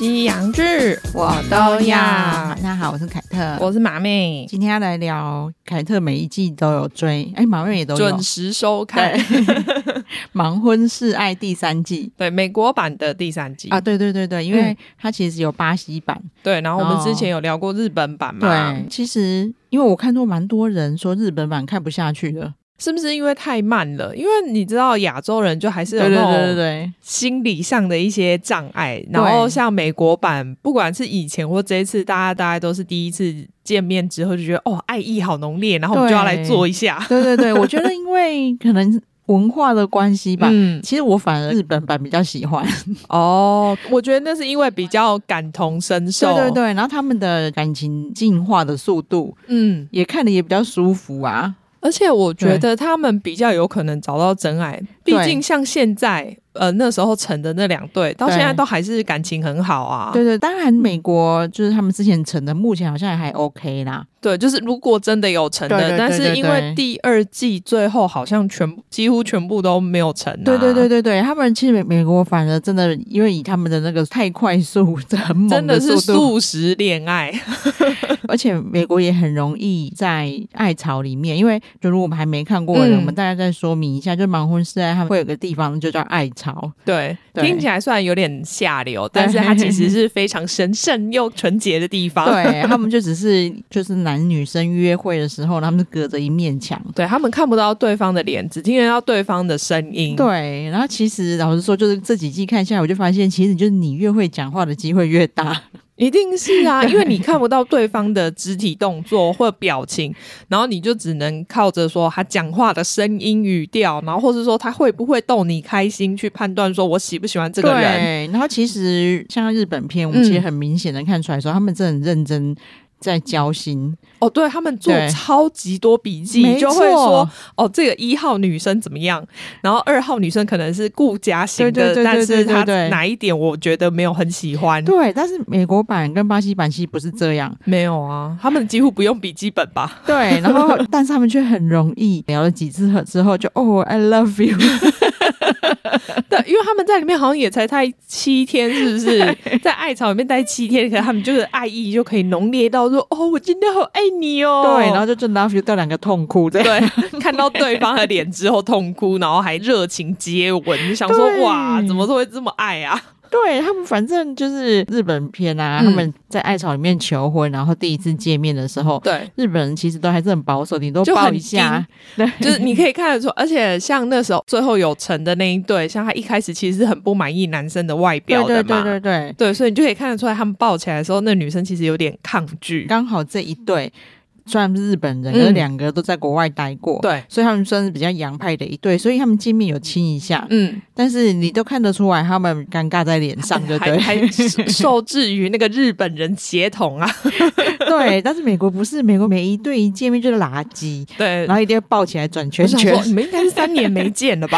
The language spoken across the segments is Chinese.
西洋剧我都要。大家好，我是凯特， 我是马妹。 今天要来聊凯特每一季都有追，马妹也都有准时收看盲婚试爱第3季， 对，美国版的第3季啊，对对对对，因为它其实有巴西版， 对，然后我们之前有聊过日本版嘛， 对，其实因为我看到蛮多人说日本版看不下去的， 是不是因为太慢了？因为你知道亚洲人就还是有那种心理上的一些障碍，然后像美国版不管是以前或这一次，大家大概都是第一次见面之后就觉得爱意好浓烈，然后我们就要来做一下。 对对对，我觉得因为可能文化的关系吧，其实我反而日本版比较喜欢我觉得那是因为比较感同身受， 对对对，然后他们的感情进化的速度也看得也比较舒服啊， 而且我觉得他们比较有可能找到真爱，毕竟像现在那时候成的那2对到现在都还是感情很好啊。 对对，当然美国就是他们之前成的目前好像还 OK 啦， 对，就是如果真的有成的，对对对对对，但是因为第2季最后好像几乎全部都没有成啊。 对对对对对，他们其实美国反而真的因为以他们的那个太快速很猛真的是速食恋爱而且美国也很容易在爱巢里面，因为就如果我们还没看过的人，我们大概再说明一下，就盲婚试爱他们会有个地方就叫爱巢， 对，听起来虽然有点下流，但是它其实是非常神圣又纯洁的地方。 对，他们就只是就是男女生约会的时候，他们是隔着一面墙， 对，他们看不到对方的脸，只听得到对方的声音。 对，然后其实老实说，就是这几季看下来，我就发现其实就是你越会讲话的机会越大。 一定是啊，因为你看不到对方的肢体动作或表情，然后你就只能靠着说他讲话的声音语调，然后或是说他会不会逗你开心去判断说我喜不喜欢这个人。 对，然后其实像日本片我们其实很明显的看出来说他们真的很认真在交心对，他们做超级多笔记，就会说这个1号女生怎么样，然后2号女生可能是顾家型的，但是她哪一点我觉得没有很喜欢。 对，但是美国版跟巴西版其实不是这样， 没有啊，他们几乎不用笔记本吧？ 对，然后但是他们却很容易聊了几次之后就I love you 对，因为他们在里面好像也才待7天，是不是？在爱巢里面待7天，可是他们就是爱意就可以浓烈到说我今天好爱你哦。 对，然后就love you 到2个痛哭，对， 看到对方的脸之后痛哭，然后还热情接吻，就想说哇，怎么会这么爱啊？ 对，他们反正就是日本片啊，他们在爱巢里面求婚，然后第一次见面的时候，对，日本人其实都还是很保守，顶多抱一下，对， 就是你可以看得出，而且像那时候最后有成的那一对，像他一开始其实是很不满意男生的外表的嘛，对，所以你就可以看得出来，他们抱起来的时候，那女生其实有点抗拒。 刚好这一对虽然是日本人，可是2个都在国外待过，对，所以他们算是比较洋派的一对，所以他们见面有亲一下，但是你都看得出来他们尴尬在脸上，对不对？ 还受制于那个日本人血统啊， 对，但是美国不是，美国每一对一见面就是垃圾， 对， 然后一定要抱起来转圈圈。 你们应该是3年没见了吧？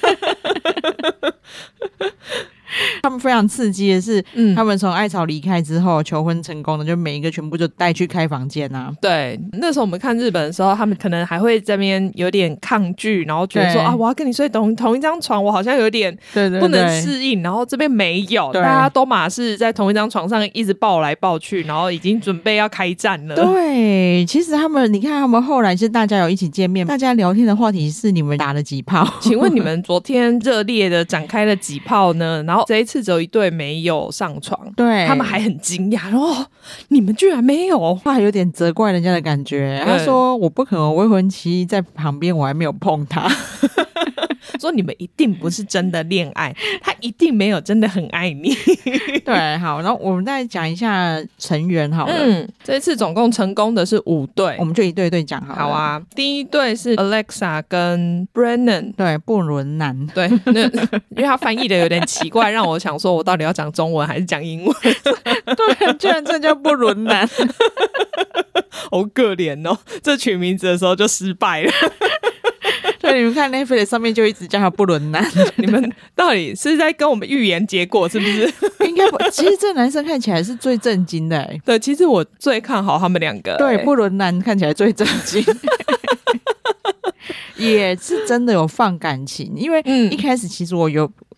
他们非常刺激的是，他们从爱巢离开之后求婚成功的，就每一个全部就带去开房间啊。 对，那时候我们看日本的时候，他们可能还会这边有点抗拒，然后觉得说我要跟你睡同一张床，我好像有点不能适应。然后这边没有，大家都马是在同一张床上一直抱来抱去，然后已经准备要开战了。 对，其实你看他们后来是大家有一起见面，大家聊天的话题是你们打了几炮？ 请问你们昨天热烈的展开了几炮呢？然后这一次只有1对没有上床，对，他们还很惊讶，你们居然没有， 他还有点责怪人家的感觉。他说我不可能未婚妻在旁边，我还没有碰他。 说你们一定不是真的恋爱，他一定没有真的很爱你。 对，好，然后我们再讲一下成员好了。 这一次总共成功的是5对， 我们就一对一对讲好了。 好啊，第一对是 Alexa 跟 Brennan， 对，不伦男， 对，因为他翻译的有点奇怪，让我想说我到底要讲中文还是讲英文？ 对，居然这叫不伦男， 好可怜哦！这取名字的时候就失败了。 对，你们看 Netflix 上面就一直叫他不伦男， 你们到底是在跟我们预言结果是不是？ 应该不，其实这男生看起来是最震惊的欸。 对，其实我最看好他们2个。 对，不伦男看起来最震惊。也是真的有放感情，因为一开始其实我有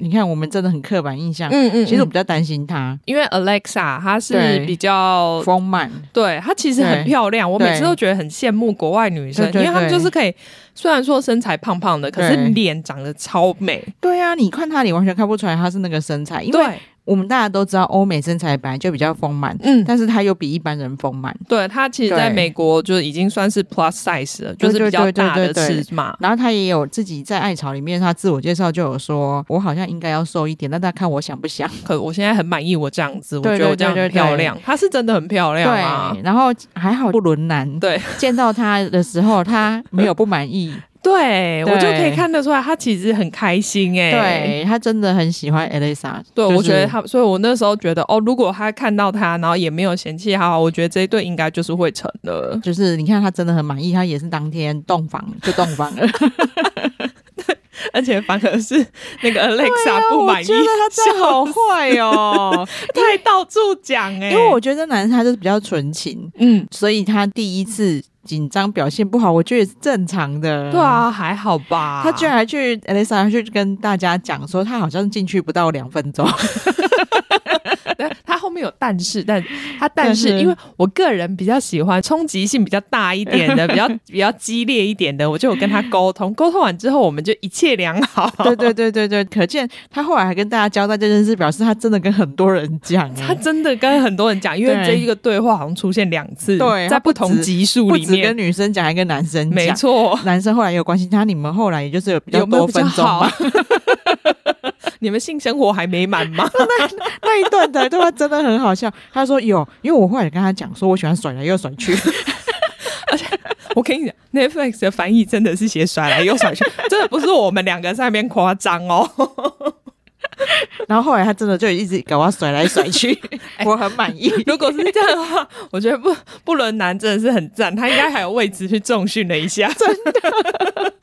你看我们真的很刻板印象，其实我比较担心她， 因为 Alexa 她是比较丰满， 对，她其实很漂亮，我每次都觉得很羡慕国外女生，因为她们就是可以虽然说身材胖胖的，可是脸长得超美。 对啊，你看她脸完全看不出来她是那个身材，因为我们大家都知道欧美身材本来就比较丰满，但是她又比一般人丰满。 对，她其实在美国就已经算是 plus size 了，就是比较大的尺码。 然后她也有自己在爱巢里面，她自我介绍就有说，我好像应该要瘦一点，但大家看我想不想。 可我现在很满意我这样子，我觉得我这样很漂亮。她是真的很漂亮啊。 对，然后还好不伦男， 对， 见到她的时候她没有不满意。 对，我就可以看得出来，他其实很开心对，他真的很喜欢 Alexa。 对，我觉得他，所以我那时候觉得，如果他看到他，然后也没有嫌弃他，我觉得这一对应该就是会成的。 就是你看他真的很满意，他也是当天洞房了。 而且反而是那个 Alexa 不满意，我觉得他真的好坏哦， 太到处讲因为我觉得男生他就是比较纯情，所以他第一次紧张表现不好，我觉得也是正常的。 对啊，还好吧。 他居然还去 Alexa 去跟大家讲说，他好像进去不到2分钟。 他后面有但是因为我个人比较喜欢冲击性比较大一点的，比较激烈一点的，我就有跟他沟通完之后，我们就一切良好。 对，可见他后来还跟大家交代这件事，表示他真的跟很多人讲， 他真的跟很多人讲，因为这一个对话好像出现2次， 对， 在不同集数里面， 不止跟女生讲，还跟男生讲， 没错， 男生后来也有关心他，你们后来也就是有比较多分钟嘛。 你们性生活还没满吗？ 那一段的对话真的很好笑。他说有，因为我后来跟他讲说，我喜欢甩来又甩去。 而且我跟你讲 ，Netflix 的翻译真的是写甩来又甩去，真的不是我们2个在那边夸张哦。 然后后来他真的就一直给我甩来甩去，我很满意。 如果是这样的话，我觉得不伦男真的是很赞，他应该还有为此去重训了一下。 真的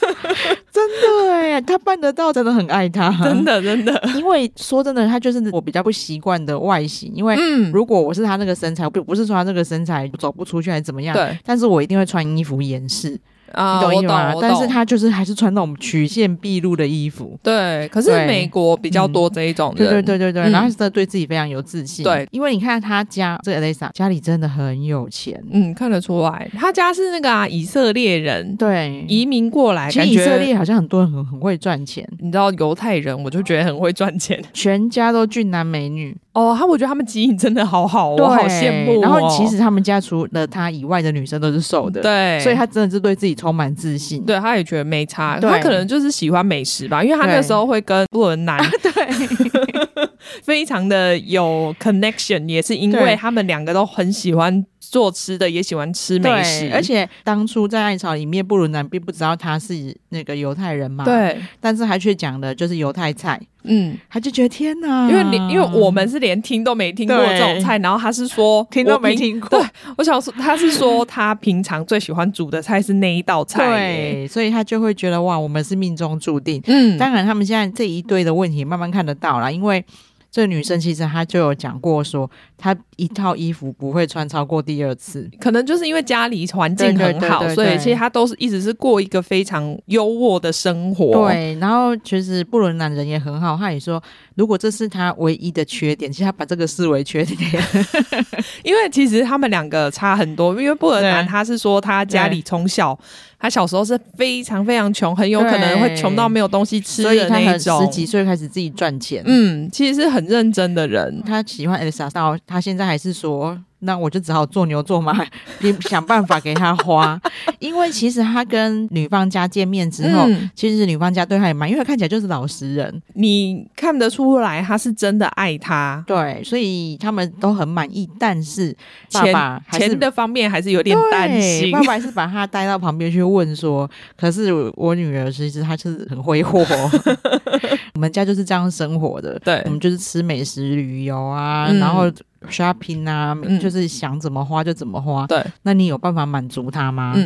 他办得到，真的很爱他， 真的。 因为说真的，他就是我比较不习惯的外形，因为如果我是他那个身材，不是说他这个身材走不出去还是怎么样，对，但是我一定会穿衣服掩饰。你懂意思吗？但是他就是还是穿那种曲线毕露的衣服。 对，可是美国比较多这一种人。 对，然后他真的对自己非常有自信。对，因为你看他家这个 Alexa 家里真的很有钱， 看得出来。他家是那个以色列人， 对， 移民过来， 其实以色列好像很多人很会赚钱。 你知道犹太人，我就觉得很会赚钱， 全家都俊男美女。 我觉得他们基因真的好好，我好羡慕。 然后其实他们家除了他以外的女生都是瘦的， 对， 所以他真的是对自己充满自信。 对，他也觉得没差，他可能就是喜欢美食吧，因为他那时候会跟不伦男非常的有 connection， 也是因为他们2个都很喜欢做吃的，也喜欢吃美食。 而且当初在爱巢里面，不伦男并不知道他是那个犹太人嘛， 对， 但是他却讲的就是犹太菜。他就觉得天哪， 因为我们是连听都没听过这种菜，然后他是说听都没听过。 对，我想说他是说他平常最喜欢煮的菜是那一道菜， 对，所以他就会觉得哇，我们是命中注定。当然他们现在这一堆的问题慢慢看得到啦，因为这个女生其实她就有讲过说，她一套衣服不会穿超过第2次， 可能就是因为家里环境很好，所以其实她都是一直是过一个非常优渥的生活。 对，然后其实不伦男人也很好，他也说如果这是他唯一的缺点，其实他把这个视为缺点。 因为其实他们2个差很多，因为不伦男他是说他家里从小他小时候是非常非常穷，很有可能会穷到没有东西吃的那一种， 所以他10几岁开始自己赚钱。 其实是很认真的人。 他喜欢 Alexa 到他现在还是说，那我就只好做牛做马，你想办法给他花。因为其实他跟女方家见面之后，其实女方家对他也蛮，因为他看起来就是老实人， 你看得出来他是真的爱他。 对，所以他们都很满意。但是爸爸钱的方面还是有点担心， 爸爸还是把他带到旁边去问说，可是我女儿其实她是很挥霍。我们家就是这样生活的，对，我们就是吃美食旅游啊，然后shopping 啊，就是想怎么花就怎么花。对，那你有办法满足他吗？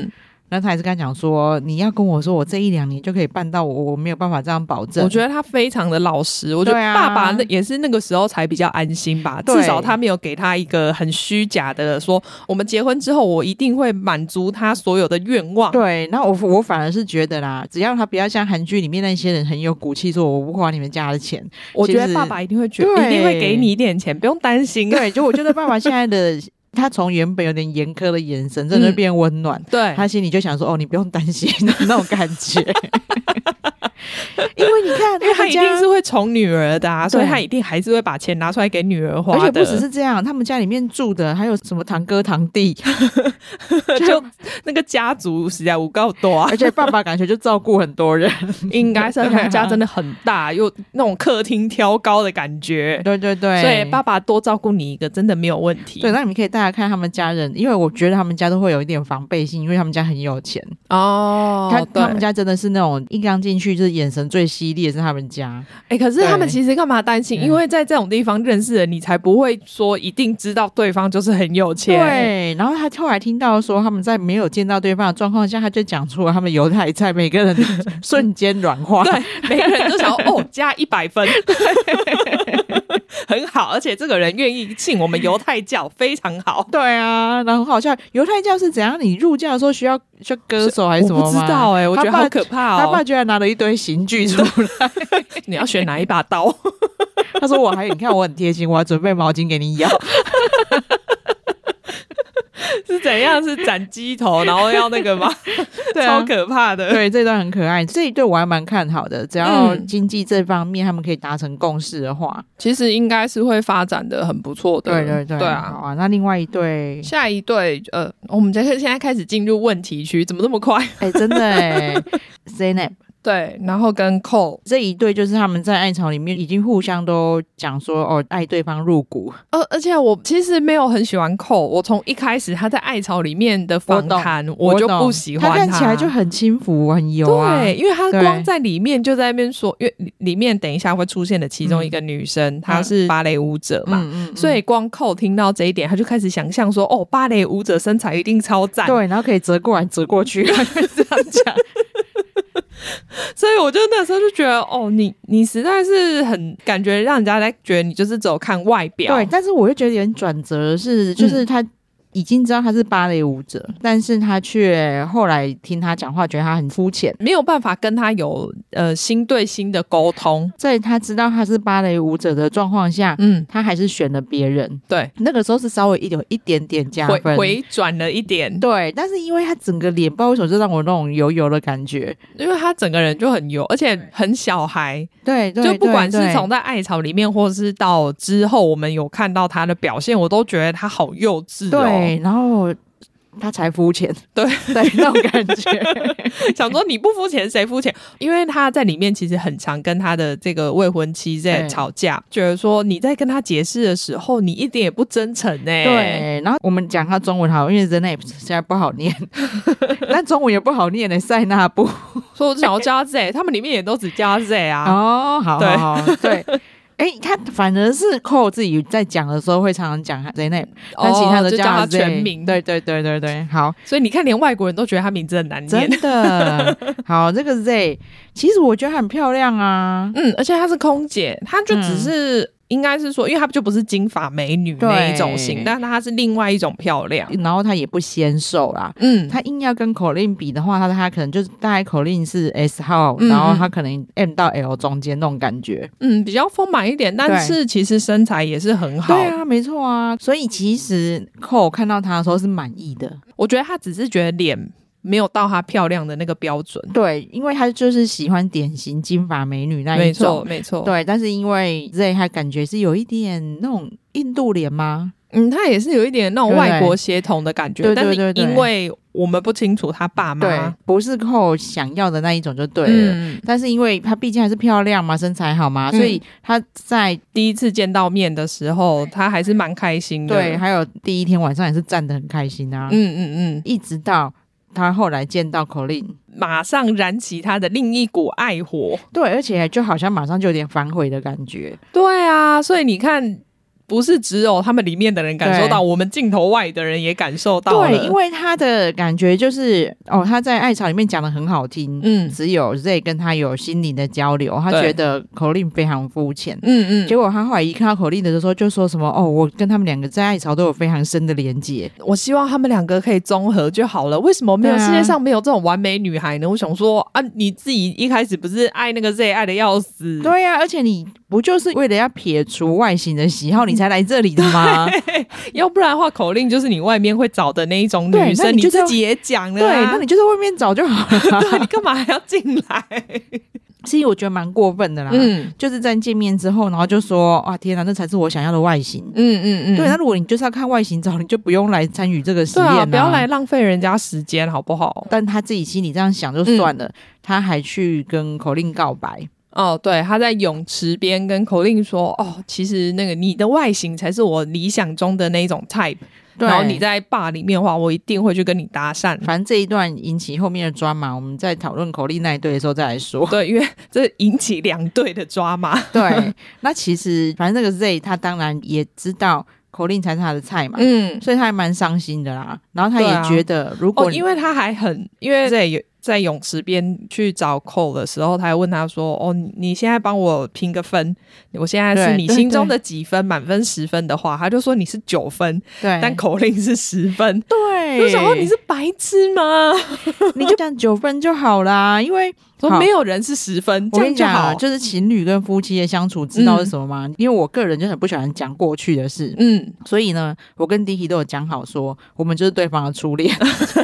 那他还是跟他讲说，你要跟我说我这1-2年就可以办到，我没有办法这样保证。 我觉得他非常的老实，我觉得爸爸也是那个时候才比较安心吧，至少他没有给他一个很虚假的说我们结婚之后我一定会满足他所有的愿望。 对，那我反而是觉得啦，只要他不要像韩剧里面那些人很有骨气说我不花你们家的钱， 我觉得爸爸一定会一定会给你一点钱，不用担心。 对，就我觉得爸爸现在的他从原本有点严苛的眼神真的变温暖， 对， 他心里就想说你不用担心那种感觉因为你看他一定是会宠女儿的啊，所以他一定还是会把钱拿出来给女儿花的。 而且不只是这样，他们家里面住的还有什么堂哥堂弟就那个家族实在有够多啊， 而且爸爸感觉就照顾很多人应该是他家真的很大又那种客厅挑高的感觉。 对对对， 所以爸爸多照顾你一个真的没有问题。 对，那你们可以大家看他们家人，因为我觉得他们家都会有一点防备心，因为他们家很有钱哦。 他们家真的是那种一刚进去就是眼神最犀利的是他们家。 可是他们其实干嘛担心？因为在这种地方认识的，你才不会说一定知道对方就是很有钱。 对，然后他后来听到说他们在没有见到对方的状况下，他就讲出了他们犹太菜，每个人瞬间软化对，每个人都想加100分很好，而且这个人愿意信我们犹太教，非常好。 对啊，然后很好笑。犹太教是怎样？你入教的时候需要割手还是什么吗？ 我不知道我觉得好可怕他爸居然拿了一堆刑具出来你要选哪一把刀他说你看我很贴心，我要准备毛巾给你咬是怎样？是斩鸡头然后要那个吗？对啊，超可怕的。 对，这段很可爱，这一对我还蛮看好的，只要经济这方面他们可以达成共识的话， 其实应该是会发展的很不错的。 对对对， 对啊。 好啊，那另外一对， 下一对我们现在开始进入问题区，怎么那么快？ 真的Zeynep 对，然后跟 Cole 这一对就是他们在爱巢里面已经互相都讲说爱对方入骨。 而且我其实没有很喜欢 Cole， 我从一开始他在爱巢里面的访谈我就不喜欢他看起来就很轻浮很油啊。 对，因为他光在里面就在那边说，因为里面等一下会出现的其中一个女生她是芭蕾舞者嘛，所以光 Cole 听到这一点他就开始想象说芭蕾舞者身材一定超赞， 对，然后可以折过来折过去这样讲所以我就那时候就觉得你实在是很感觉让人家在觉得你就是只有看外表。 对，但是我又觉得有点转折是就是他已经知道他是芭蕾舞者，但是他却后来听他讲话觉得他很肤浅， 没有办法跟他有心对心的沟通。 在他知道他是芭蕾舞者的状况下他还是选了别人。 对， 那个时候是稍微有一点点加分， 回转了一点。 对，但是因为他整个脸不知道为什么就让我那种油油的感觉， 因为他整个人就很油，而且很小孩。 对， 就不管是从在爱巢里面或是到之后我们有看到他的表现，我都觉得他好幼稚对，然后他才肤浅， 对对，那种感觉想说你不肤浅谁肤浅？因为他在里面其实很常跟他的这个未婚妻在吵架，觉得说你在跟他解释的时候你一点也不真诚对，然后我们讲他中文好，因为 Zeynep 现在不好念但中文也不好念塞纳布所以我就想要叫他 Z 他们里面也都只叫他 Z 啊。 好对他反而是 Cole 自己在讲的时候会常常讲 Zeynep， 但其他的就叫他全名。 对对对对对，好， 所以你看连外国人都觉得他名字很难念， 真的好，这个 Z 其实我觉得很漂亮啊， 而且她是空姐，她就只是应该是说，因为她就不是金发美女那一种型，但她是另外一种漂亮， 然后她也不纤瘦啦。她硬要跟Colleen比的话，她可能就是大概Colleen是 S 号，然后她可能 M 到 L 中间那种感觉， 比较丰满一点，但是其实身材也是很好。 对啊，没错啊，所以其实 Cole 看到她的时候是满意的， 我觉得她只是觉得脸没有到她漂亮的那个标准。 对，因为她就是喜欢典型金发美女那一种， 没错。 对，但是因为 Z 她感觉是有一点那种印度脸吗？ 她也是有一点那种外国血统的感觉，对，但是因为我们不清楚她爸妈， 对，不是Cole想要的那一种就对了。但是因为她毕竟还是漂亮嘛，身材好嘛，所以她在第一次见到面的时候，她还是蛮开心的。 对，还有第一天晚上也是站得很开心啊。一直到他后来见到 Colleen， 马上燃起他的另一股爱火。 对，而且就好像马上就有点反悔的感觉。 对啊，所以你看不是只有他们里面的人感受到，我们镜头外的人也感受到了。 对，因为他的感觉就是他在爱巢里面讲的很好听，只有 Z 跟他有心灵的交流，他觉得Colleen非常肤浅，结果他后来一看到Colleen的时候就说什么我跟他们两个在爱巢都有非常深的连结， 我希望他们两个可以综合就好了，为什么没有世界上没有这种完美女孩呢？我想说你自己一开始不是爱那个 Z 爱的要死？ 对啊，而且你不就是为了要撇除外形的喜好你才来这里的吗？ 要不然的话Colleen就是你外面会找的那一种女生，你自己也讲了对，那你就在外面找就好了对，你干嘛还要进来？ 其实我觉得蛮过分的啦，就是在见面之后然后就说哇天哪，那才是我想要的外形，对，那如果你就是要看外形照，你就不用来参与这个实验不要来浪费人家时间好不好？ 但他自己心里这样想就算了，他还去跟Colleen告白。 对，他在泳池边跟Colleen说其实那个你的外形才是我理想中的那种 type， 然后你在bar里面的话我一定会去跟你搭讪。 反正这一段引起后面的抓马，我们在讨论Colleen那一对的时候再来说。 对，因为这引起两队的抓马。 对，那其实反正那个 Z 他当然也知道Colleen才是他的菜嘛，所以他还蛮伤心的啦。然后他也觉得如果因为他还因为 Z在泳池边去找 Cole 的时候，他还问他说你现在帮我评个分，我现在是你心中的几分？满分10分的话，他就说你是9分，对，但Colleen是10分。 对， 就想说你是白痴吗？ 你就讲9分就好啦，因为没有人是10分， 我跟你讲，就是情侣跟夫妻的相处知道是什么吗？因为我个人就很不喜欢讲过去的事，所以呢我跟 Dicky 都有讲好说我们就是对方的初恋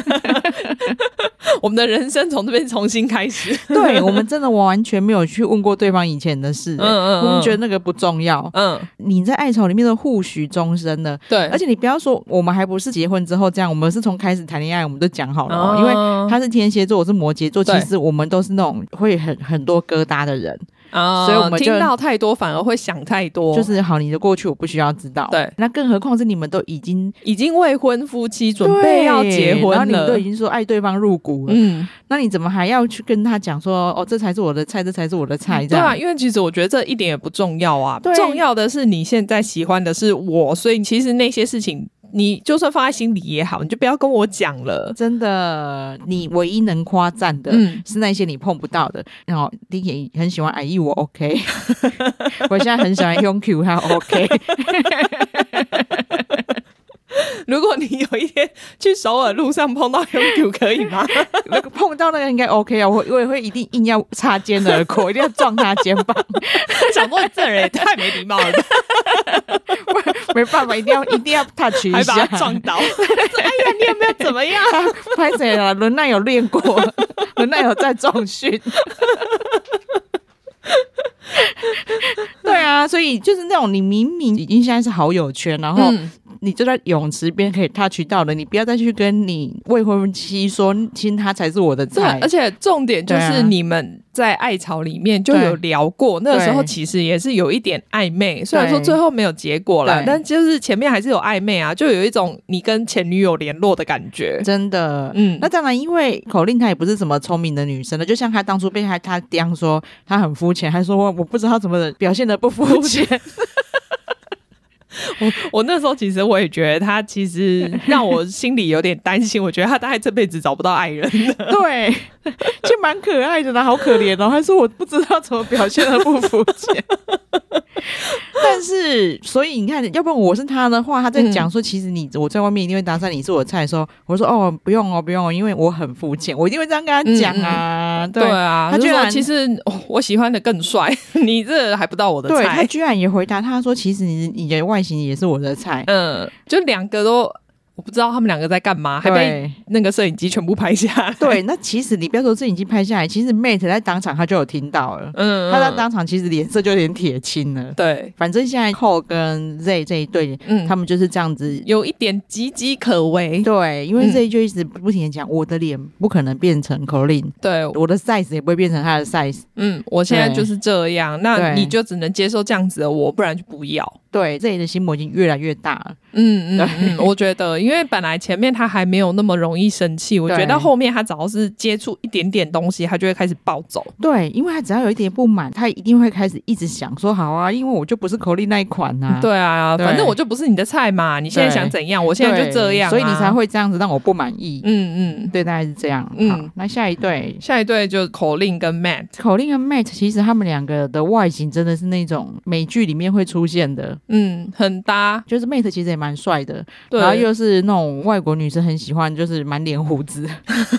我们的人生从这边重新开始对，我们真的完全没有去问过对方以前的事，我们觉得那个不重要，你在爱巢里面的互许终身的，对，而且你不要说我们还不是结婚之后这样，我们是从开始谈恋爱我们都讲好了因为他是天蝎座我是摩羯座，其实我们都是那种会很多疙瘩的人所以我们就听到太多反而会想太多， 就是好你的过去我不需要知道，对，那更何况是你们都已经未婚夫妻准备要结婚了， 然后你们都已经说爱对方入骨了，那你怎么还要去跟他讲说这才是我的菜，这才是我的菜，这样？ 对啊，因为其实我觉得这一点也不重要啊，重要的是你现在喜欢的是我，所以其实那些事情你就算放在心里也好，你就不要跟我讲了。真的，你唯一能夸赞的是那些你碰不到的。然后 Dicky 很喜欢阿姨我 OK 我现在很喜欢用 Q 他 OK 如果你有一天去首尔路上碰到 Hyunkyu 可以吗？那个碰到那个应该 OK 啊，我也会一定硬要擦肩而过，一定要撞他肩膀。想说你这人也太没礼貌了没办法，一定要 touch 一下，还把他撞倒。哎呀，你有没有怎么样？拍谁了？伦奈有练过，伦奈有在重训。对啊，所以就是那种你明明已经现在是好友圈，然后你就在泳池边可以 touch 到的，你不要再去跟你未婚妻说亲他才是我的菜。而且重点就是你们在爱巢里面就有聊过，那个时候其实也是有一点暧昧，虽然说最后没有结果了，但就是前面还是有暧昧啊，就有一种你跟前女友联络的感觉。真的，那当然因为Colleen她也不是什么聪明的女生的，就像她当初被她爹说她很肤浅，还说我不知道怎么表现得不肤浅我那时候其实我也觉得他其实让我心里有点担心，我觉得他大概这辈子找不到爱人了。对，就蛮可爱的啦，好可怜哦，还说我不知道怎么表现得不肤浅但是所以你看，要不然我是他的话，他在讲说其实我在外面一定会搭讪你是我的菜的时候，我说不用哦不用哦，因为我很肤浅，我一定会这样跟他讲啊。对啊，他居然其实我喜欢的更帅你这还不到我的菜。对，他居然也回答他说其实你的外形也是我的菜。就两个都我不知道他们两个在干嘛，还被那个摄影机全部拍下来。对，那其实你不要说摄影机拍下来，其实 Mate 在当场他就有听到了，他在当场其实脸色就有点铁青了。对，反正现在 Cole 跟 Z 这一对，他们就是这样子，有一点岌岌可危。对，因为 Z 就一直不停的讲，我的脸不可能变成 Colleen， 对，我的 size 也不会变成他的 size。我现在就是这样，那你就只能接受这样子的我，不然就不要。对，这里的心魔已经越来越大了。我觉得因为本来前面他还没有那么容易生气，我觉得后面他只要是接触一点点东西他就会开始暴走。 对，因为他只要有一点不满他一定会开始一直想说好啊，因为我就不是口令那一款啊。 对啊，反正我就不是你的菜嘛，你现在想怎样我现在就这样啊， 所以你才会这样子让我不满意。对，大概是这样。好，那下一对就口令跟 Matt。 口令跟 Matt 其实他们两个的外形真的是那种美剧里面会出现的， 很搭。 就是 Matt 其实也蛮帅的，然后又是那种外国女生很喜欢就是满脸胡子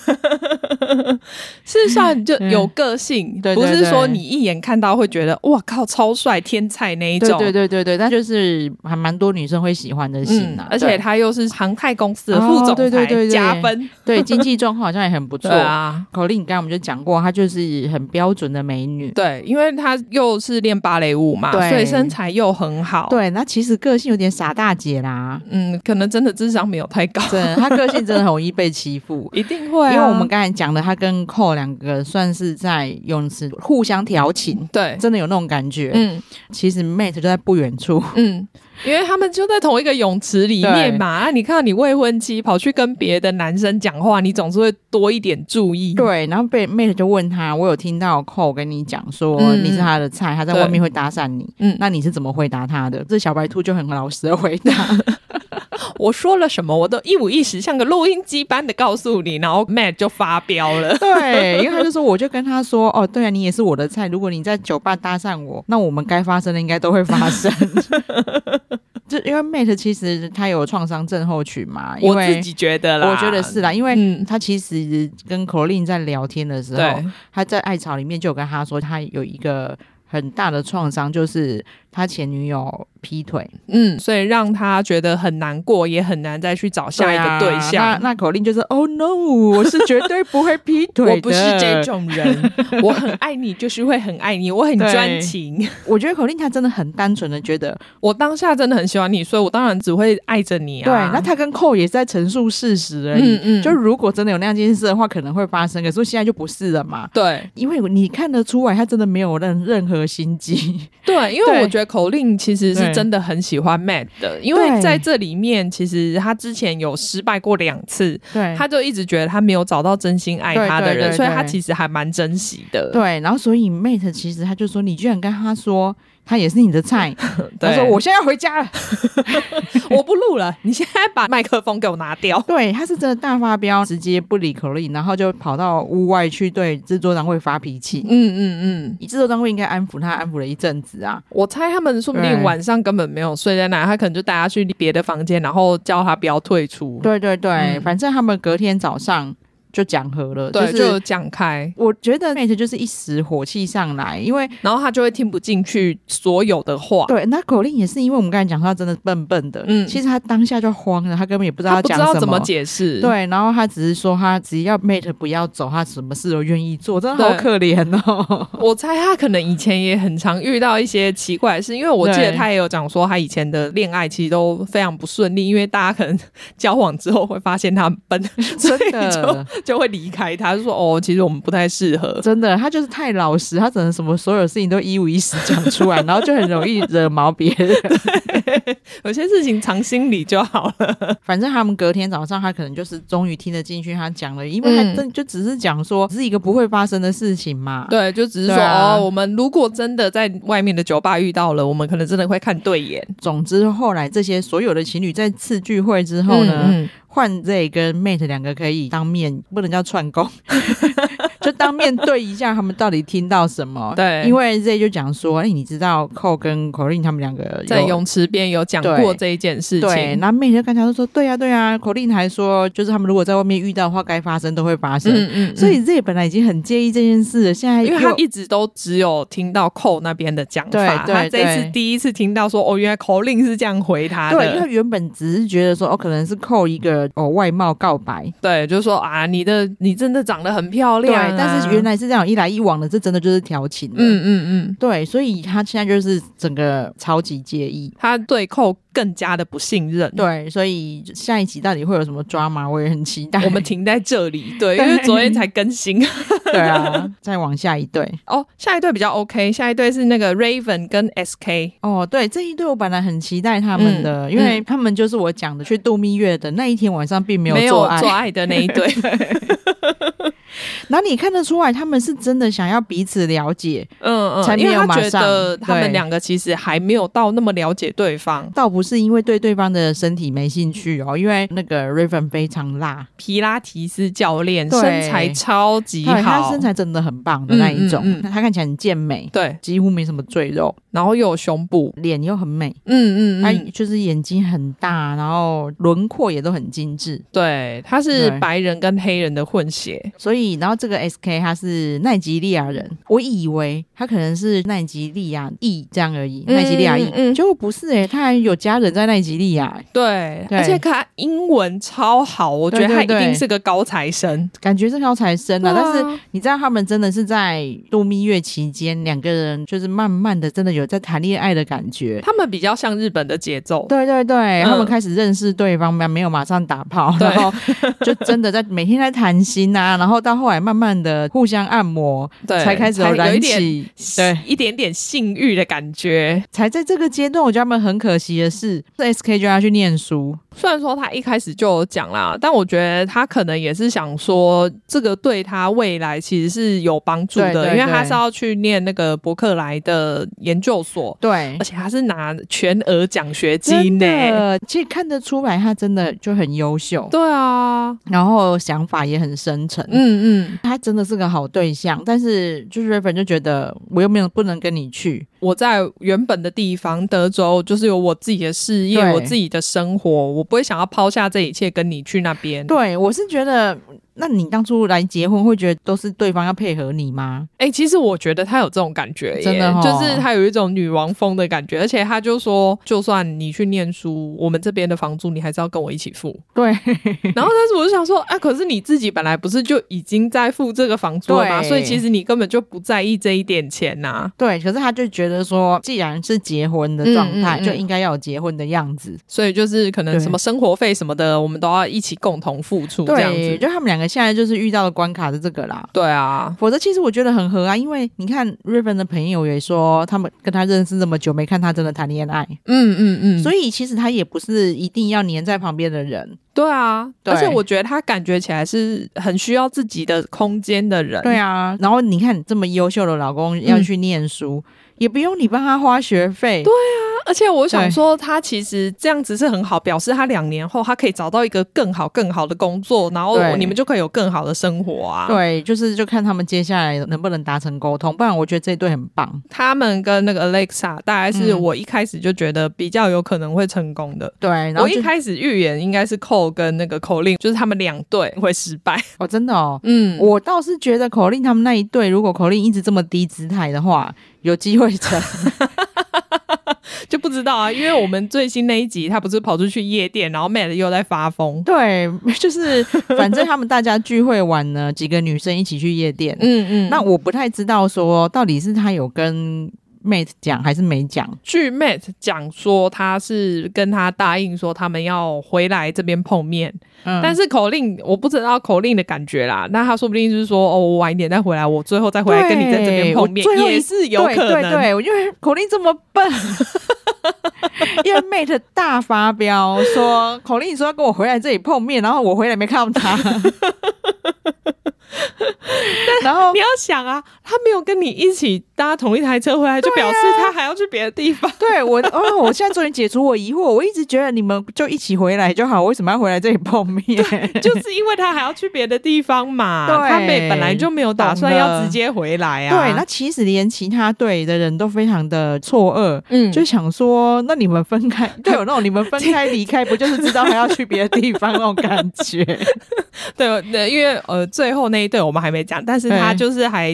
事实上就有个性，不是说你一眼看到会觉得哇靠超帅天才那一种。 对，但就是还蛮多女生会喜欢的型啊， 而且他又是航太公司的副总裁，加分。 对，经济状况好像也很不错。 对啊， 口令刚才我们就讲过，她就是很标准的美女。 对，因为她又是练芭蕾舞嘛，所以身材又很好。 对，那其实个性有点傻大姐啦。 可能真的智商没有太高。 对，她个性真的很容易被欺负。 一定会啊， 因为我们刚才讲的，她跟Cole两个算是在泳池互相调情。 对， 真的有那种感觉。其实 Matt 就在不远处。 因为他们就在同一个泳池里面嘛，你看到你未婚妻跑去跟别的男生讲话，你总是会多一点注意。 对，然后被 Matt 就问他，我有听到 Cole 跟你讲说你是他的菜，他在外面会搭讪你，那你是怎么回答他的？这小白兔就很老实的回答我说了什么我都一五一十像个录音机般的告诉你，然后 Matt 就发飙了。 对，因为他就说我就跟他说哦对啊，你也是我的菜，如果你在酒吧搭讪我，那我们该发生的应该都会发生就因为 Matt 其实他有创伤症候群嘛，因为我自己觉得啦， 我觉得是啦，因为他其实跟口令在聊天的时候，他在艾草里面就有跟他说他有一个很大的创伤，就是他前女友劈腿， 所以让他觉得很难过，也很难再去找下一个对象。 那口令就是 Oh no， 我是绝对不会劈腿的， 我不是这种人，我很爱你，就是会很爱你，我很专情。 我觉得口令他真的很单纯的觉得， 我当下真的很喜欢你，所以我当然只会爱着你啊。 对，那他跟Cole也在陈述事实而已。就如果真的有那样件事的话，可能会发生，可是现在就不是了嘛。 对， 因为你看得出来，他真的没有任何心机。 对，因为我觉得口令其实是真的很喜欢 Matt 的，因为在这里面其实他之前有失败过2次，对，他就一直觉得他没有找到真心爱他的人，所以他其实还蛮珍惜的。 对，然后所以 Matt 其实他就说，你居然跟他说他也是你的菜，他说我现在要回家了我不录了，你现在把麦克风给我拿掉。 对，他是真的大发飙，直接不理口令，然后就跑到屋外去对制作单位发脾气。制作单位应该安抚他，安抚了一阵子啊。 我猜他们说不定晚上根本没有睡在那，他可能就带他去别的房间，然后叫他不要退出。 对，反正他们隔天早上就讲和了， 对，就讲开。 我觉得 Matt 就是一时火气上来，因为然后他就会听不进去所有的话。 对，那口令也是因为我们刚才讲他真的笨笨的，其实他当下就慌了，他根本也不知道他讲什么， 他不知道怎么解释。 对，然后他只是说他只要 Matt 不要走，他什么事都愿意做，真的好可怜哦。 我猜他可能以前也很常遇到一些奇怪的事，因为我记得他也有讲说他以前的恋爱其实都非常不顺利，因为大家可能交往之后会发现他很笨，所以就会离开他，就说哦，其实我们不太适合。 真的，他就是太老实，他只能什么所有事情都一五一十讲出来，然后就很容易惹毛别人。 有些事情藏心里就好了。 反正他们隔天早上，他可能就是终于听得进去他讲了，因为他真就只是讲说是一个不会发生的事情嘛。 对，就只是说我们如果真的在外面的酒吧遇到了，我们可能真的会看对眼。 总之后来这些所有的情侣在次聚会之后呢，换 Zay 跟 Matt 两个可以当面，不能叫串供就当面对一下他们到底听到什么。 对， 因为 Zay 就讲说你知道 Cole 跟 Colin 他们两个在泳池边有讲过这一件事情。 对，然后 Matt 就跟他说对啊 Colin 还说就是他们如果在外面遇到的话该发生都会发生。所以 Zay 本来已经很介意这件事了，现在因为他一直都只有听到 Cole 那边的讲法，他这一次第一次听到说原来 Colin 是这样回他的。 对，因为他原本只是觉得说可能是 Cole 一个外貌告白。 对，就是说你真的长得很漂亮， 但是原来是这样一来一往的，这真的就是调情了。对，所以他现在就是整个超级介意， 他对寇更加的不信任。 对，所以下一集到底会有什么drama，我也很期待。 我们停在这里，对，因为昨天才更新。 对啊，再往下一对。 下一对比较 OK， 下一对是那个 Raven 跟 SK。 对，这一对我本来很期待他们的，因为他们就是我讲的去度蜜月的那一天晚上并没有做爱的那一对。 然后你看得出来他们是真的想要彼此了解，才没有马上，因为他觉得他们两个其实还没有到那么了解对方， 倒不是因为对对方的身体没兴趣因为那个 Raven 非常辣， 皮拉提斯教练身材超级好， 他身材真的很棒的那一种，他看起来很健美， 对， 几乎没什么赘肉， 然后又有胸部， 脸又很美，他就是眼睛很大，然后轮廓也都很精致， 对，他是白人跟黑人的混血， 所以然后这个 SK 他是奈及利亚人，我以为他可能是奈及利亚裔这样而已，奈及利亚裔，结果不是他还有家人在奈及利亚， 对，而且他英文超好，我觉得他一定是个高材生， 感觉是高材生啊，但是你知道他们真的是在度蜜月期间两个人就是慢慢的真的有在谈恋爱的感觉， 他们比较像日本的节奏， 对对对，他们开始认识对方，没有马上打炮，然后就真的在每天在谈心啊，然后到后来慢慢的互相按摩，对，才开始有燃起一点点性欲的感觉， 才在这个阶段。我觉得他们很可惜的是 SK 就要去念书， 虽然说他一开始就有讲啦，但我觉得他可能也是想说这个对他未来其实是有帮助的，对对对，因为他是要去念那个伯克莱的研究所， 对， 而且他是拿全额奖学金呢， 其实看得出来他真的就很优秀， 对啊， 然后想法也很深沉，他真的是个好对象，但是就是 Raven 就觉得我又不能跟你去， 我在原本的地方德州就是有我自己的事业，我自己的生活，我不会想要抛下这一切跟你去那边。 对，我是觉得那你当初来结婚会觉得都是对方要配合你吗？ 其实我觉得他有这种感觉耶， 真的就是他有一种女王风的感觉，而且他就说就算你去念书，我们这边的房租你还是要跟我一起付。 对， 然后但是我就想说可是你自己本来不是就已经在付这个房租了吗？所以其实你根本就不在意这一点钱啊。 对，可是他就觉得说既然是结婚的状态，就应该要有结婚的样子， 所以就是可能什么生活费什么的我们都要一起共同付出这样子。 就他们两个现在就是遇到的关卡是这个啦。 对啊， 否则其实我觉得很合啊，因为你看 Raven 的朋友也说他们跟他认识这么久没看他真的谈恋爱，所以其实他也不是一定要黏在旁边的人。 对啊，而且我觉得他感觉起来是很需要自己的空间的人。 对啊，然后你看这么优秀的老公要去念书，也不用你帮他花学费。 对啊，而且我想说他其实这样子是很好，表示他2年后他可以找到一个更好的工作，然后你们就可以有更好的生活啊。 对，就看他们接下来能不能达成沟通，不然我觉得这一对很棒。 他们跟那个 Alexa 大概是我一开始就觉得比较有可能会成功的。 对，然后我一开始预言应该是Cole跟那个口令，就是他们2对会失败。 真的我倒是觉得口令他们那一对，如果口令一直这么低姿态的话，有机会成。 就不知道啊，因为我们最新那一集他不是跑出去夜店，然后 Matt 又在发疯。 对，就是反正他们大家聚会完呢，几个女生一起去夜店。那我不太知道说到底是他有跟Matt 讲还是没讲。 据 Matt 讲说他是跟他答应说他们要回来这边碰面，但是口令我不知道口令的感觉啦，那他说不定就是说我晚一点再回来，我最后再回来跟你在这边碰面，也是有可能。 对，因为口令这么笨因为 Matt 大发飙说口令说要跟我回来这里碰面，然后我回来没看到他然后你要想啊，他没有跟你一起搭同一台车回来，就表示他还要去别的地方。 对，我现在终于解除我疑惑，我一直觉得你们就一起回来就好，为什么要回来这里碰面？ 就是因为他还要去别的地方嘛，他本来就没有打算要直接回来啊。 对，那其实连其他队的人都非常的错愕，就想说那你们分开，对，有那种你们分开离开不就是知道他要去别的地方那种感觉。 对，因为最后那一对我们还没讲，但是他就是还听到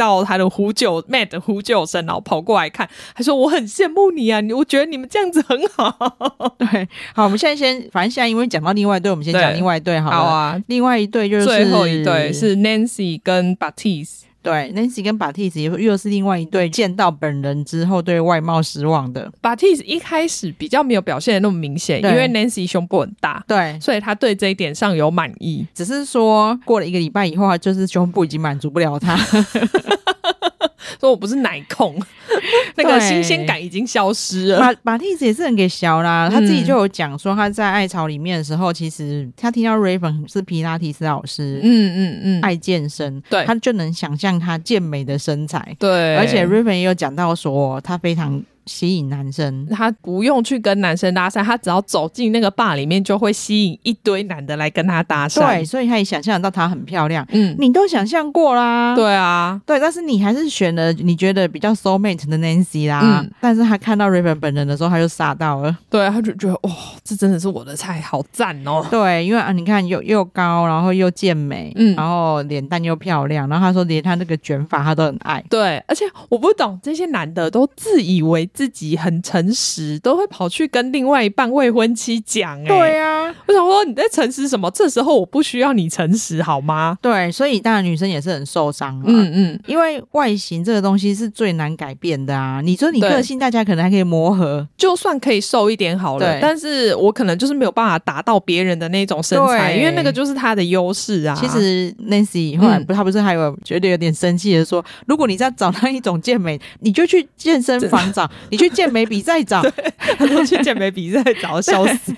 到他的Matt 的呼救声，然后跑过来看，还说我很羡慕你啊，我觉得你们这样子很好。 对，好，我们现在反正现在因为讲到另外一对，我们先讲另外一对好了。 好啊， 另外一对就是最后一对是 Nancy 跟 Batiste。 对 Nancy 跟 Batiste 又是另外一对见到本人之后对外貌失望的。 Batiste 一开始比较没有表现的那么明显，因为 Nancy 胸部很大， 对， 所以他对这一点上有满意， 只是说过了1个礼拜以后，他就是胸部已经满足不了他。 说我不是奶控，那个新鲜感已经消失了。 马蒂斯也是很给小啦，他自己就有讲说他在爱巢里面的时候，其实他听到 Raven 是皮拉提斯老师，爱健身， 对， 他就能想象他健美的身材， 对， 而且 Raven 也有讲到说他非常吸引男生， 他不用去跟男生搭讪，他只要走进那个bar里面就会吸引一堆男的来跟他搭讪。 对，所以他也想象到他很漂亮。你都想象过啦。 对啊， 对，但是你还是选了你觉得比较 soulmate 的 Nancy 啦。但是他看到 Raven 本人的时候，他就傻到了。 对，他就觉得哇，这真的是我的菜，好赞哦。 对，因为你看又高，然后又健美，然后脸蛋又漂亮，然后他说连他那个卷发他都很爱。 对，而且我不懂这些男的都自以为自己很诚实，都会跑去跟另外一半未婚妻讲。 对啊， 我想说你在诚实什么？这时候我不需要你诚实好吗？ 对，所以当然女生也是很受伤啊。因为外形这个东西是最难改变的啊。你说你个性大家可能还可以磨合， 就算可以瘦一点好了，但是我可能就是没有办法达到别人的那种身材，因为那个就是他的优势啊。 其实 Nancy 后来他不是还有觉得有点生气的说，如果你在找那一种健美，你就去健身房找，你去健美比赛找。 他都去健美比赛找，笑死。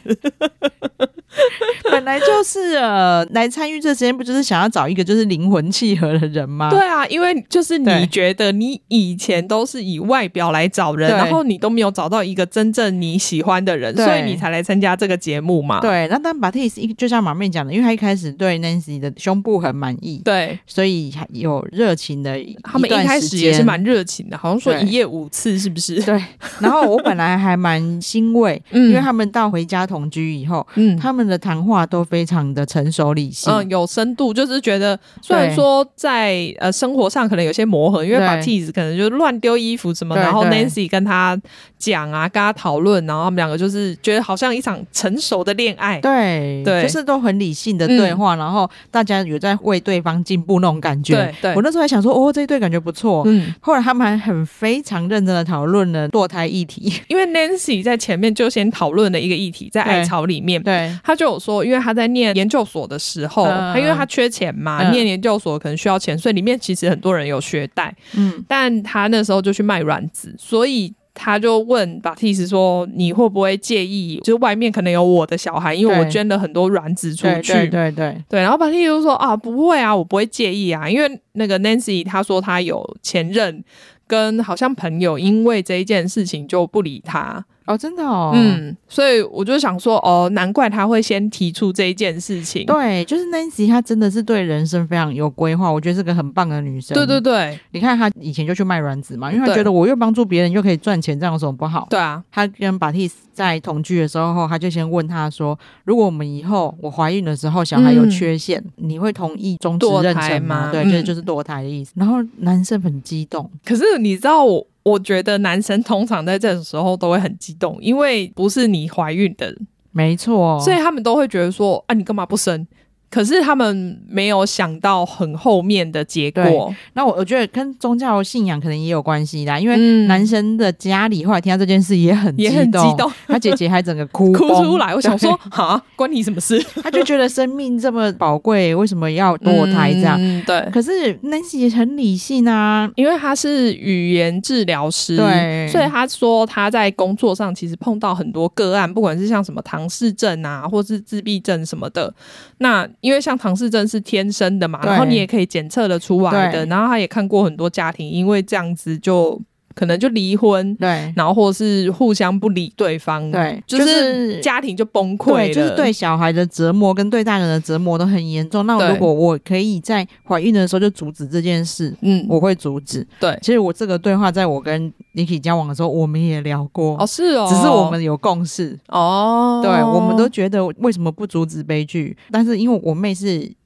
本来就是来参与这时间不就是想要找一个就是灵魂契合的人吗？ 对啊，因为就是你觉得你以前都是以外表来找人，然后你都没有找到一个真正你喜欢的人，所以你才来参加这个节目嘛。 对，那但 Batiste 就像马妹讲的，因为他一开始对 Nancy 的胸部很满意，对，所以有热情的一段时间。 他们一开始也是蛮热情的，好像说1夜5次是不是？ 对。然后我本来还蛮欣慰，因为他们到回家同居以后，他们的谈话都非常的成熟理性， 有深度，就是觉得虽然说在生活上可能有些磨合，因为Batiste可能就乱丢衣服什么，然后 Nancy 跟他讲啊，跟他讨论，然后他们两个就是觉得好像一场成熟的恋爱， 对，就是都很理性的对话，然后大家有在为对方进步那种感觉。对，我那时候还想说，这一对感觉不错。后来他们还非常认真的讨论了堕胎议题， 因为 Nancy 在前面就先讨论了一个议题，在爱巢里面，对，他就有说，因为他在念研究所的时候，因为他缺钱嘛，念研究所可能需要钱，所以里面其实很多人有学贷，但他那时候就去卖卵子，所以他就问Batiste说，你会不会介意就是外面可能有我的小孩，因为我捐了很多卵子出去。对，然后Batiste就说不会啊，我不会介意啊，因为那个 Nancy 他说他有前任跟好像朋友因为这一件事情就不理他。 真的哦。 所以我就想说难怪他会先提出这一件事情。 对，就是 Nancy 她真的是对人生非常有规划，我觉得是个很棒的女生。对，你看她以前就去卖卵子嘛，因为她觉得我又帮助别人又可以赚钱，这样有什么不好？对啊，她跟Batiste在同居的时候，她就先问他说，如果我们以后我怀孕的时候小孩有缺陷，你会同意终止妊娠吗？对，这就是堕胎的意思。然后男生很激动， 可是你知道我觉得男生通常在这种时候都会很激动，因为不是你怀孕的， 没错， 所以他们都会觉得说你干嘛不生？可是他们没有想到很后面的结果。 那我觉得跟宗教信仰可能也有关系啦，因为男生的家里后来听到这件事也很激动，他姐姐还整个哭出来。我想说关你什么事？ 他就觉得生命这么宝贵，为什么要堕胎这样？对。可是 Nancy 也很理性啊， 因为他是语言治疗师，对，所以他说他在工作上其实碰到很多个案，不管是像什么唐氏症啊，或是自闭症什么的。那因为像唐氏症是天生的嘛，然后你也可以检测得出来的，然后他也看过很多家庭因为这样子就可能就离婚，对，然后或是互相不理对方，对，就是家庭就崩溃了， 对，就是对小孩的折磨跟对大人的折磨都很严重。那如果我可以在怀孕的时候就阻止这件事，我会阻止。对，其实我这个对话在我跟 Nicky 交往的时候我们也聊过， 是哦， 只是我们有共识哦，对，我们都觉得为什么不阻止悲剧？但是因为我妹是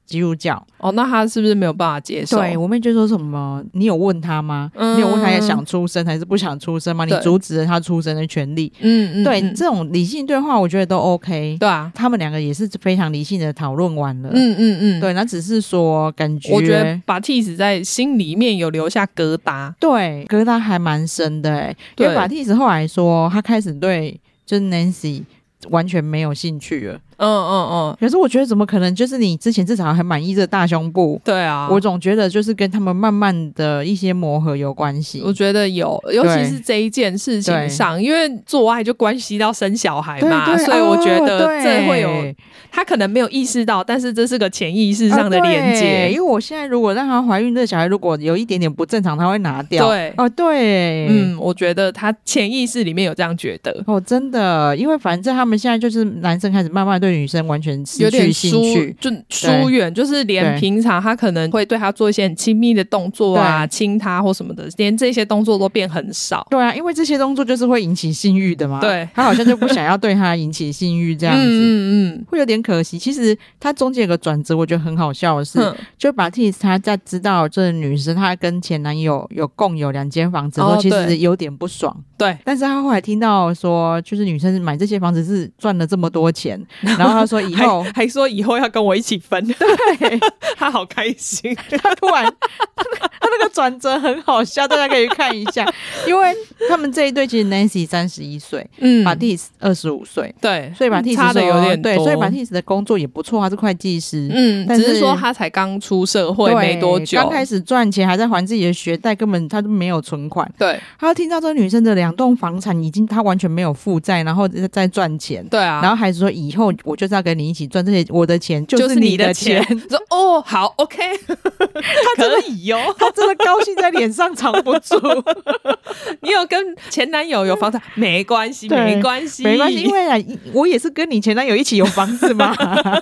基督教。 那他是不是没有办法接受？ 对，我妹就说什么你有问他吗？你有问他想出生还是不想出生吗？你阻止了他出生的权利。对，这种理性对话我觉得都 OK。 对啊， 他们两个也是非常理性的讨论完了。对，那只是说感觉， 我觉得Batiste在心里面有留下疙瘩。 对，疙瘩还蛮深的因为Batiste后来说他开始对就是 Nancy 完全没有兴趣了。可是我觉得怎么可能，就是你之前至少很满意这大胸部。 对啊， 我总觉得就是跟他们慢慢的一些磨合有关系。 我觉得有，尤其是这一件事情上，因为做爱就关系到生小孩嘛，所以我觉得这会有他可能没有意识到，但是这是个潜意识上的连接。 因为我现在如果让他怀孕，这小孩如果有一点点不正常，他会拿掉。对， 我觉得他潜意识里面有这样觉得。 真的，因为反正他们现在就是男生开始慢慢对女生完全失去兴趣， 就疏远，就是连平常他可能会对他做一些很亲密的动作啊，亲他或什么的，连这些动作都变很少。 对啊，因为这些动作就是会引起性欲的嘛。对，他好像就不想要对他引起性欲这样子。会有点可惜。其实他中间有个转折，我觉得很好笑的是，就Batiste他在知道这女生她跟前男友共有2间房子之后，其实有点不爽。对，但是他后来听到说，就是女生买这些房子是赚了这么多钱，然后他说以后还说以后要跟我一起分。 对， 他好开心。 他突然他那个转折很好笑，大家可以看一下。因为他们这一对其实 Nancy 31岁，Batiste 25岁， 对， 所以Batiste 差的有点多。 对，所以Batiste的工作也不错，他是会计师。 但是只是说他才刚出社会没多久， 刚开始赚钱，还在还自己的学贷，根本他都没有存款。 对， 他听到这个女生的2栋房产已经他完全没有负债，然后在赚钱。对啊，然后还说以后我就是要跟你一起赚这些，我的钱就是你的钱。 说好 OK。他可以他真的高兴在脸上藏不住。 你有跟前男友有房产没关系，没关系， 因为我也是跟你前男友一起有房子嘛。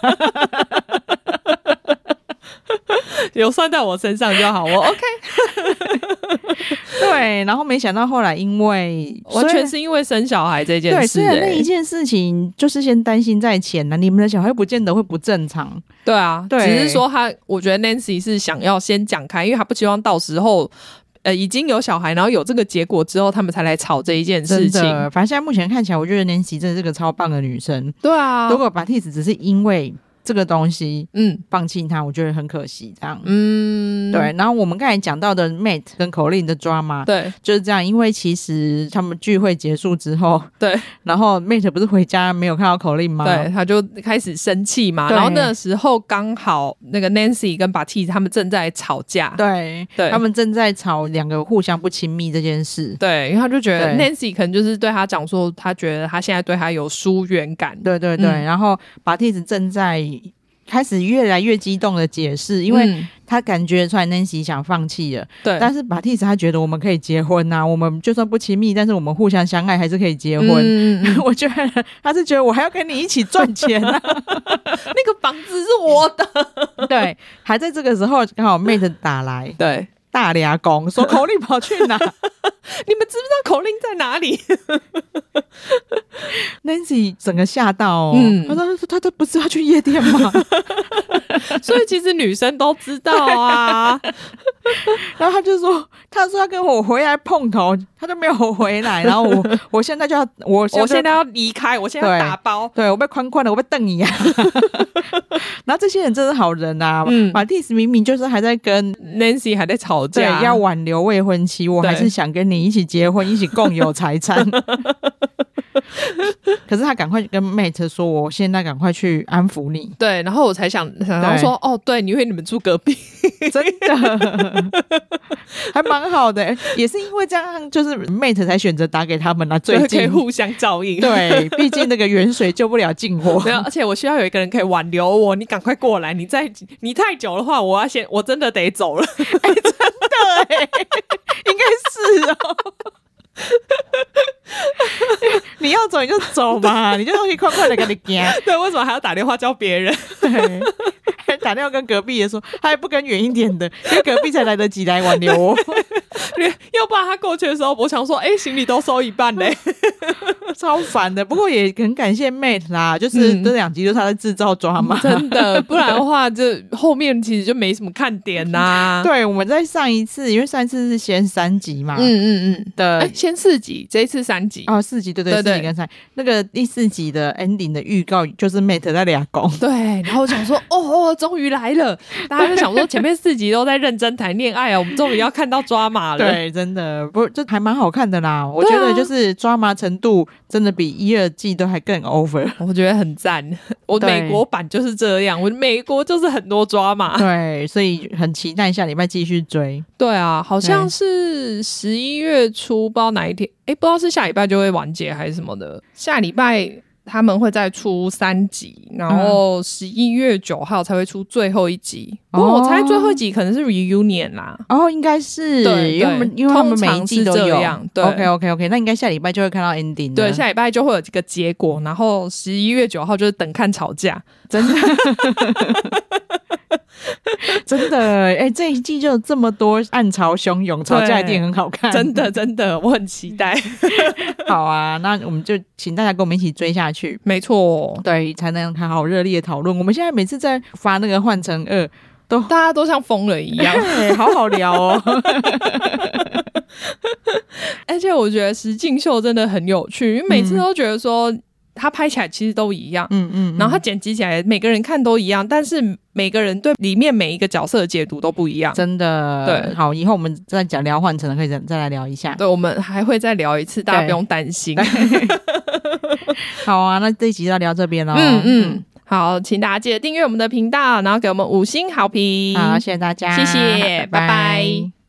有算在我身上就好，我 OK。 对，然后没想到后来因为完全是因为生小孩这件事。对， 虽然那一件事情就是先担心在前呢，你们的小孩不见得会不正常。 对啊，只是说我觉得 Nancy 是想要先讲开，因为他不希望到时候已经有小孩，然后有这个结果之后他们才来吵这一件事情。 反正现在目前看起来我觉得 Nancy 真的是个超棒的女生。对啊，如果Batiste只是因为这个东西放弃他，我觉得很可惜这样。对。然后我们刚才讲到的 Matt 跟 Colleen 的 drama， 对，就是这样。因为其实他们聚会结束之后，对，然后 Matt 不是回家没有看到 Colleen 吗？对， 他就开始生气嘛。然后那时候刚好那个 Nancy 跟 Batiste 他们正在吵架。对， 他们正在吵2个互相不亲密这件事。 对，因为他就觉得 Nancy 可能就是对他讲说，他觉得他现在对他有疏远感。 对，然后 Batiste 正在开始越来越激动的解释，因为他感觉出来 Nancy 想放弃了。对，但是Batiste他觉得我们可以结婚啊，我们就算不亲密，但是我们互相相爱还是可以结婚。我觉得他是觉得我还要跟你一起赚钱啊。 那个房子是我的。 对，还在这个时候刚好 Matt 打来。对，大俩公说Colleen跑去哪？ 你们知不知道Colleen在哪里？ Nancy 整个吓到他说他都不是要去夜店吗？ 所以其实女生都知道啊。 然后他说他跟我回来碰头，他就没有回来。然后我现在就要我现在要离开，我现在要打包。 对，我被宽宽的，我被瞪你啊。然后这些人真是好人啊。Batiste 明明就是还在跟 Nancy 还在吵架， 对，要挽留未婚妻，我还是想跟你一起结婚，一起共有财产。可是他赶快跟 Matt 说，我现在赶快去安抚你。 对，然后我才想到说，对，因为你们住隔壁。 真的还蛮好的。也是因为这样，就是 Matt 才选择打给他们啦。最近可以互相照应。 对，毕竟那个远水救不了近火。 没有，而且我需要有一个人可以挽留我，你赶快过来。你太久的话，我真的得走了。 真的应该是哦。你要走你就走嘛，你就东西快快的给你走。 对，为什么还要打电话叫别人？ 对，还打电话跟隔壁也说，他还不跟远一点的，因为隔壁才来得及来挽留我。 要不然他过去的时候，我想说，行李都收一半嘞， 超烦的。不过也很感谢 Mate 啦，就是这2集都是他在制造抓嘛， 真的，不然的话，这后面其实就没什么看点呐。 对，我们在上一次，因为上一次是先3集嘛， 的先4集，这一次3集哦，4集，对，4集跟3，那个第4集的 ending 的预告就是 Mate 在俩公， 对，然后我想说，终于来了，大家就想说前面4集都在认真谈恋爱啊，我们终于要看到抓马了， 对，真的，不，这还蛮好看的啦，我觉得就是抓马程度真的比1、2季都还更 over， 我觉得很赞，我美国版就是这样，我美国就是很多抓马， 对，所以很期待下礼拜继续追。 对啊，好像是11月初，不知道哪一天，不知道是下礼拜就会完结还是什么的，下礼拜他们会再出3集，然后11月9号才会出最后1集。不过我猜最后1集可能是 reunion 啦。 应该是，对，因为他们每一季都有。对 ，OK， 那应该下礼拜就会看到 ending。 对，下礼拜就会有这个结果，然后11月9号就是等看吵架， 真的。真的，这一季就有这么多暗潮汹涌，吵架一定很好看。 真的，我很期待。 好啊，那我们就请大家跟我们一起追下去。 没错， 对，才能好好热烈的讨论。我们现在每次在发那个换成2， 大家都像疯了一样， 好好聊哦。 而且我觉得实境秀真的很有趣，因为每次都觉得说他拍起来其实都一样，然后他剪辑起来每个人看都一样，但是每个人对里面每一个角色的解读都不一样， 真的。对，好，以后我们再讲聊换成可以再来聊一下。 对，我们还会再聊一次，大家不用担心。 好啊，那这一集就聊这边咯。 好，请大家记得订阅我们的频道，然后给我们5星好评。 好，谢谢大家， 谢谢，拜拜。